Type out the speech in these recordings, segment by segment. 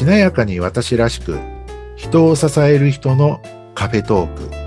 華やかに私らしく、人を支える人のカフェトーク。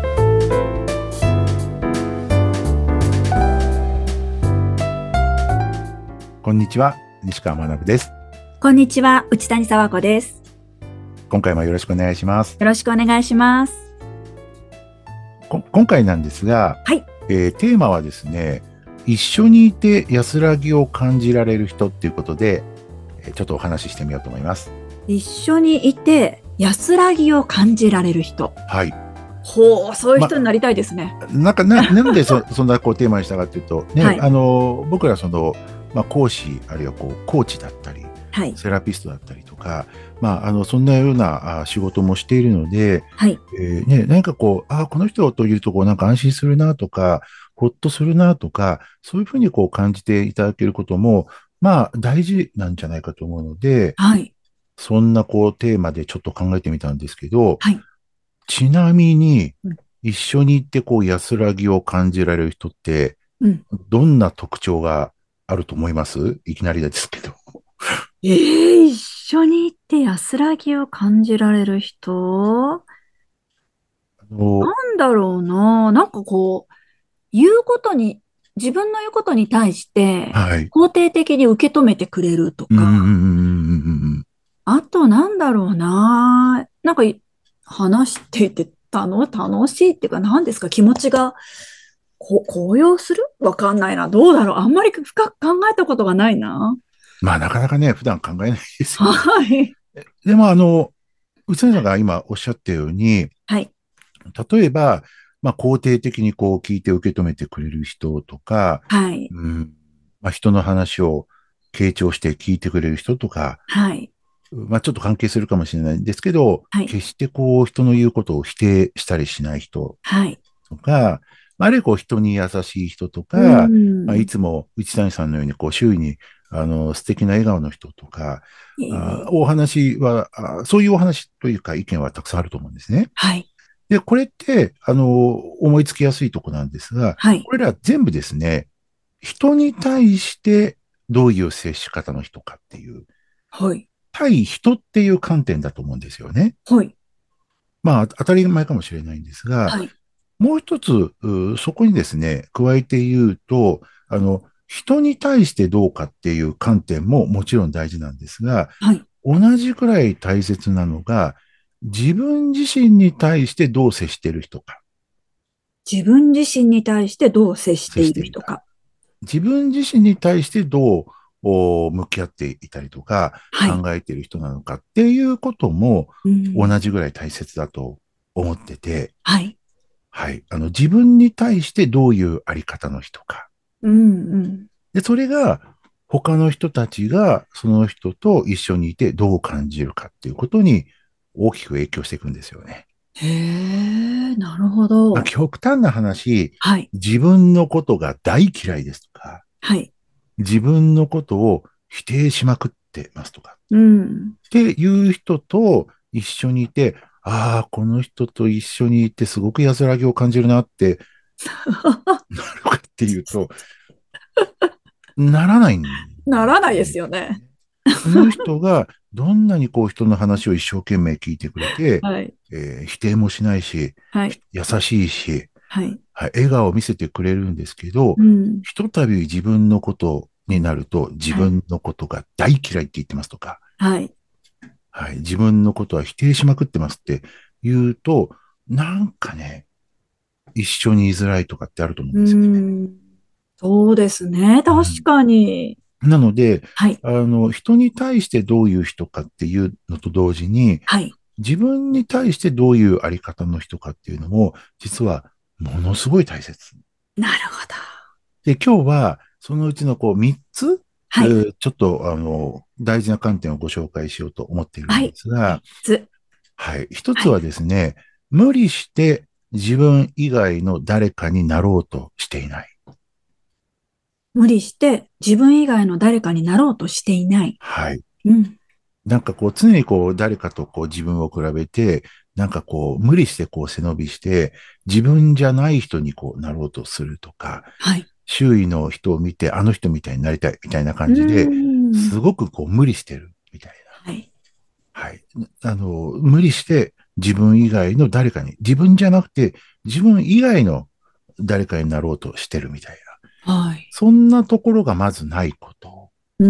こんにちは、西川学です。 こんにちは、内谷沢子です。 今回もよろしくお願いします。 よろしくお願いします。 今回なんですが、 はい。 テーマはですね、一緒にいて安らぎを感じられる人っていうことで、ちょっとお話ししてみようと思います。 一緒にいて安らぎを感じられる人。 はい。 ほう、そういう人になりたいですね。 なんでそんなこうテーマにしたかというと、ね、 はい。 僕ら講師、あるいはコーチだったり、 はい。 セラピストだったりとか、そんなような仕事もしているので、 はい。 何かこの人といるとなんか安心するなとか、ほっとするなとか、そういうふうに感じていただけることも、大事なんじゃないかと思うので、 はい。 そんなテーマでちょっと考えてみたんですけど、 はい。 ちなみに、 うん。 一緒に行って安らぎを感じられる人って、 うん。 どんな特徴があると思います？いきなりですけど。 一緒にいて安らぎを感じられる人あの、 なんだろうな。なんか言うことに、自分の言うことに対してはい。 肯定的に受け止めてくれるとか、 うんうんうんうんうんあとなんだろうな。なんか話していて楽しいっていうか何ですか気持ちが高揚するわかんないな。どうだろうあんまり深く考えたことがないな。 なかなかね、普段考えないですよね。 はい。 でも、内谷さんが今おっしゃったように、 はい。 例えば、肯定的に聞いて受け止めてくれる人とか、 はい。 うん、人の話を傾聴して聞いてくれる人とか、 はい。 ちょっと関係するかもしれないんですけど、 はい。 決して人の言うことを否定したりしない人はい。 とか、あるいは人に優しい人とうか、いん。 つも内谷さんのように周囲に素敵な笑顔の人とか、 えお話はそういうお話というか意見はたくさんあると思うんですね。 はい。 で、これって、思いつきやすいとこなんですが、 はい。 これら全部ですね、人に対してどういう接し方の人かっていう、 はい。 対人っていう観点だと思うんですよね。 はい。 当たり前かもしれないんですが、 はい。 もう一つ、そこにですね、加えて言うと、人に対してどうかっていう観点ももちろん大事なんですが、 はい。 同じくらい大切なのが、自分自身に対してどう接している人か、 自分自身に対してどう接して接しいているか。 る人か。 自分自身に対してどう向き合っていたりとか、 はい。 考えている人なのかっていうこともうん。 同じぐらい大切だと思ってて、 はい。 はい。自分に対してどういうあり方の人か。 うん。うん。 で、それが他の人たちがその人と一緒にいてどう感じるかっていうことに大きく影響していくんですよね。 へえ、なるほど。 極端な話、 はい。 自分のことが大嫌いですとか、 はい。 自分のことを否定しまくってますとか、 うん。 っていう人と一緒にいて、この人と一緒にいてすごく安らぎを感じるなってなるかっていうと、ならないんならないでですすよね。 よね。その人がどんなに人の話を一生懸命聞いてくれて、 はい。 否定もしないし、 はい。 優しいし、 はい。 はい、笑顔を見せてくれるんですけど、 うん。 ひとたび自分のことになると、自はい。 分のことが大嫌いって言ってますとか、 はい。 はい、自分のことは否定しまくってますって言うと、なんかね、一緒にいづらいとかってあると思うんうですよね。 ん。そうですね。確うん、 かに。 なので、 はい。 人に対してどういう人かっていうのと同時に、 はい。 自分に対してどういうあり方の人かっていうのも、実はものすごい大切。 なるほど。 で、今日はそのうちの3つ、 はい。 ちょっと大事な観点をご紹介しようと思っているんではい。 すが、 三つ。 はい。一つはい。 はですね、無理して自分以外の誰かになろうとしていない。 無理して自分以外の誰かになろうとしていない。 はい。 うん。 なんか常に誰かと自分を比べて、なんか無理して背伸びして、自分じゃない人になろうとするとか、 はい。 周囲の人を見て、あの人みたいになりたいみたいなうー感じで、 ん。 すごく無理してるみたいはい。 はい。無理して自分以外の誰かに、自分じゃなくて自分以外の誰かになろうとしてるみたいな。 はい。 そんなところがまずないこと。 うん。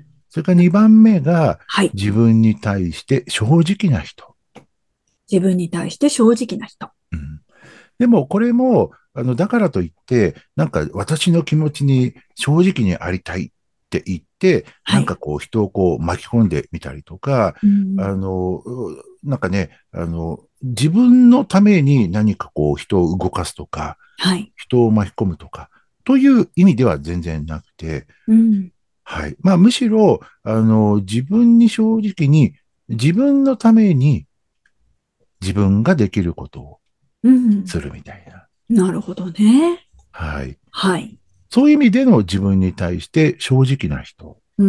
それから2番目がはい。 自分に対して正直な人。 自分に対して正直な人。 うん、でもこれも、だからといって、なんか私の気持ちに正直にありたいって言って、 はい。 なんかこう人をこう巻き込んでみたりとか、 うん。 なんかね、自分のために何かこう人を動かすとか、 はい。 人を巻き込むとか、という意味では全然なくて、 うん。 はい。まあむしろ、自分に正直に、自分のために自分ができることをうん。 するみたいな。 なるほどね。 はい。 はい。 そういう意味での自分に対して正直な人。 うん。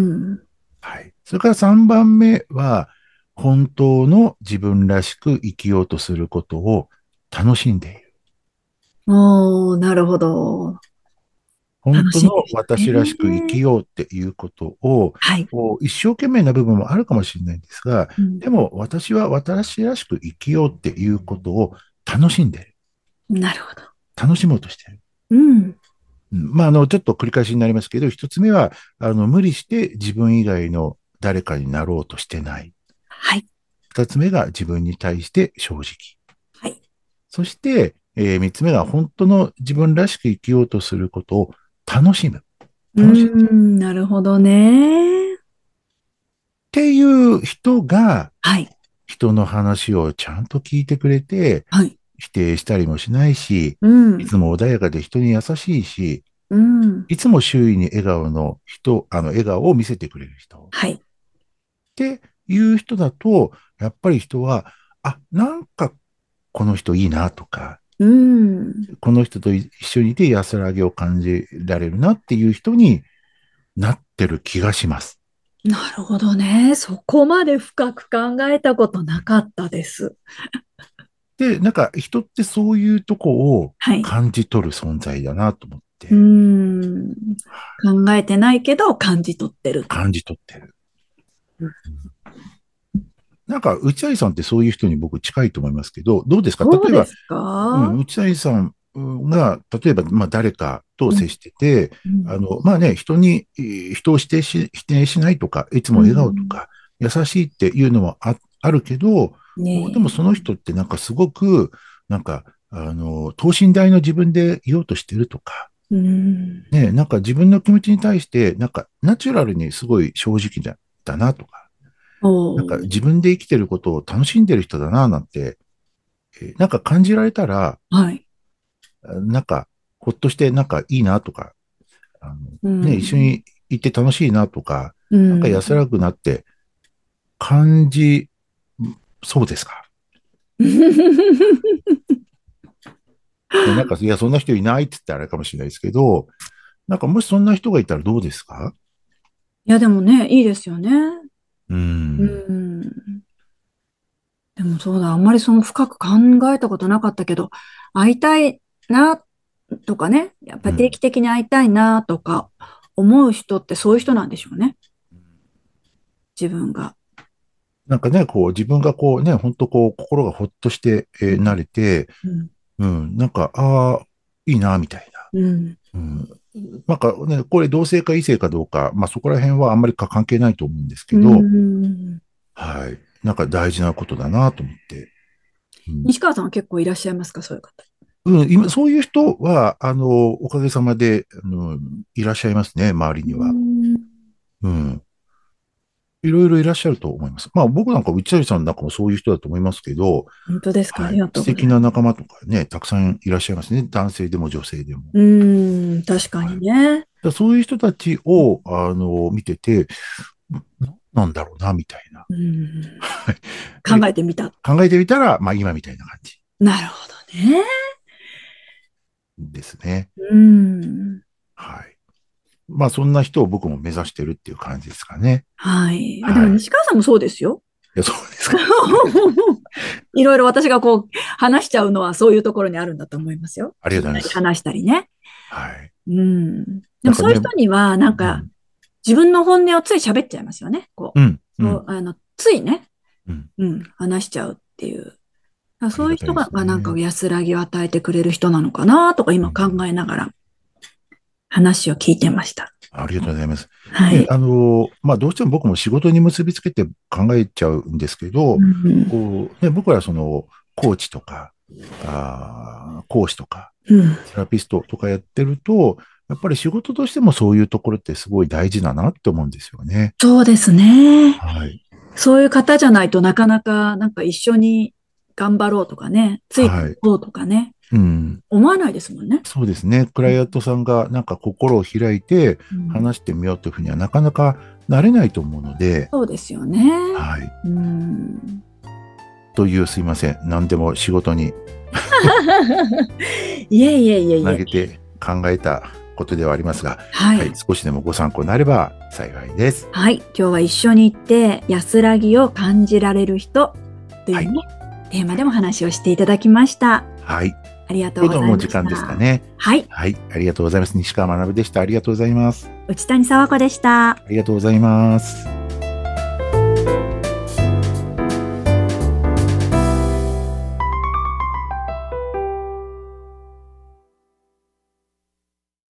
はい。それから3番目は、本当の自分らしく生きようとすることを楽しんでいる。 おー、なるほど。 本当の楽しいです私らしく生きね。 ようっていうことを、 はい。 こう一生懸命な部分もあるかもしれないんですが、 うん。 でも私は私らしく生きようっていうことを楽しんでいる。 なるほど。 楽しもうとしている。 うん。 まあ、ちょっと繰り返しになりますけど、一つ目は、無理して自分以外の誰かになろうとしてない。 はい。 二つ目が自分に対して正直。 はい。 そして、三つ目が本当の自分らしく生きようとすることを楽しむ。 うー楽しんじゃう。っん、なるほどね。 ていう人が、 はい。 人の話をちゃんと聞いてくれて、 はい。 否定したりもしないし、 うん。 いつも穏やかで人に優しいし、 うん。 いつも周囲に笑顔の人、笑顔を見せてくれる人。 はい。 っていう人だと、やっぱり人は、あ、なんかこの人いいなとか、 うん。 この人と一緒にいて安らぎを感じられるなっていう人になってる気がします。 なるほどね。そこまで深く考えたことなかったです。 で、なんか人ってそういうとこをはい。 感じ取る存在だなと思っうーて、 ん。考えてないけど感じ取ってると。 感じ取ってる。なんか内谷さんってそういう人に僕近いと思いますけど、どうですか？例えば、 そうですか？ 内谷さんが、例えば、まあ、誰かとうん。 接してて、 うん。 まあね、人を否定しないとか、いつうも笑顔とん。 か、優しいっていうのはあるけど、でもねその人ってなんかすごく、なんか、等身大の自分でいようとしてるとか、 え。うん。 ね、なんか自分の気持ちに対して、なんかナチュラルにすごい正直だなとか、なんかおー。 自分で生きてることを楽しんでる人だななんて、なんか感じられたら、 はい。 なんか、ほっとして、なんかいいなとか、あのうね、一緒ん。 にいて楽しいなとか、 うなんか安ん。 らぐなって感じ、そうですか。ね、なんか、いや、そんな人いないって言ったらあれかもしれないですけど、なんかもしそんな人がいたらどうですか？ いや、でもね、いいですよね。 ううん。 ん。でもそうだ、あんまりその深く考えたことなかったけど、会いたいなとかね、やっぱり定うん。 期的に会いたいなとか思う人ってそういう人なんでしょうね。自分が。 なんかね、こう、自分がこうね、本当こう、心がほっとして、 うん。 慣れて、 うん。 うん、なんか、ああ、いいな、みたいな。 うん。 うん。なんかね、これ同性か異性かどうか、まあそこら辺はあんまり関係ないと思うんですうけど、 ん。 はい。なんか大事なことだなと思って。うん。 西川さんは結構いらっしゃいますか、そういう方？ 今、そういう人は、おかげさまで、いらっしゃいますね、周りうには。 ん。 うん。いろいろいらっしゃると思います。まあ僕なんか内谷さんなんかもそういう人だと思いますけど、 本当ですか？あはい。 りがとう素敵なございます。 仲間とかね、たくさんいらっしゃいますね。男性でも女性でも。 確かはい。 にね。 そういう人たちを、見てて、なんだろうな、みたいな。 うん。 はい。で、 考えてみた。 考えてみたら、まあ今みたいな感じなるほどね。 ですね。 うん。 はい。まあそんな人を僕も目指してるっていう感じですかね。 はい。あ、でもはい。い西川さんもそうですよ。 や、そうですか。 いろいろ私がこう話しちゃうのはそういうところにあるんだと思いますよ。 ありがとうございます。 話したりね。 はい。 うん。でなんかね、 もそういう人にはなんかうん、 自分の本音をつい喋っちゃいますよね。こう。 うん、うん、 そう、ついね。 うん。 話しちゃうっていう。だからありそういう人が、 がたいですなんかね。 安らぎを与えてくれる人なのかなとか今考うん。 えながら話を聞いてました。 ありがとうございます。で、 はい。 どうしても僕も仕事に結びつけて考えちゃうんですけど、 うん。 僕らコーチとか、講師とか、 うん。 セラピストとかやってると、やっぱり仕事としてもそういうところってすごい大事だなって思うんですよね。 そうですね。 はい。 そういう方じゃないとなかなかなんか一緒に頑張ろうとかね、ついていはい。 こうとかね、 うん。 思わないですもんね。 そうですね。クライアントさんがなんか心を開いてうん、 話してみようというふうにはなかなかなれないと思うので、 そうですよね。 はい。 うん。 という、すいません。何でも仕事にいえいえいえいえ。 投げて考えたことではありますが、はい。 はい。 少しでもご参考になれば幸いです。 はい。今日は一緒に行って安らぎを感じられる人というね、 はい。 テーマでも話をしていただきました。 はい。 ありがとうちょうございましどもう時間ですかた。 ね。 はい。 はい。ありがとうございます。西川学でした。ありがとうございます。 内谷沢子でした。 ありがとうございます。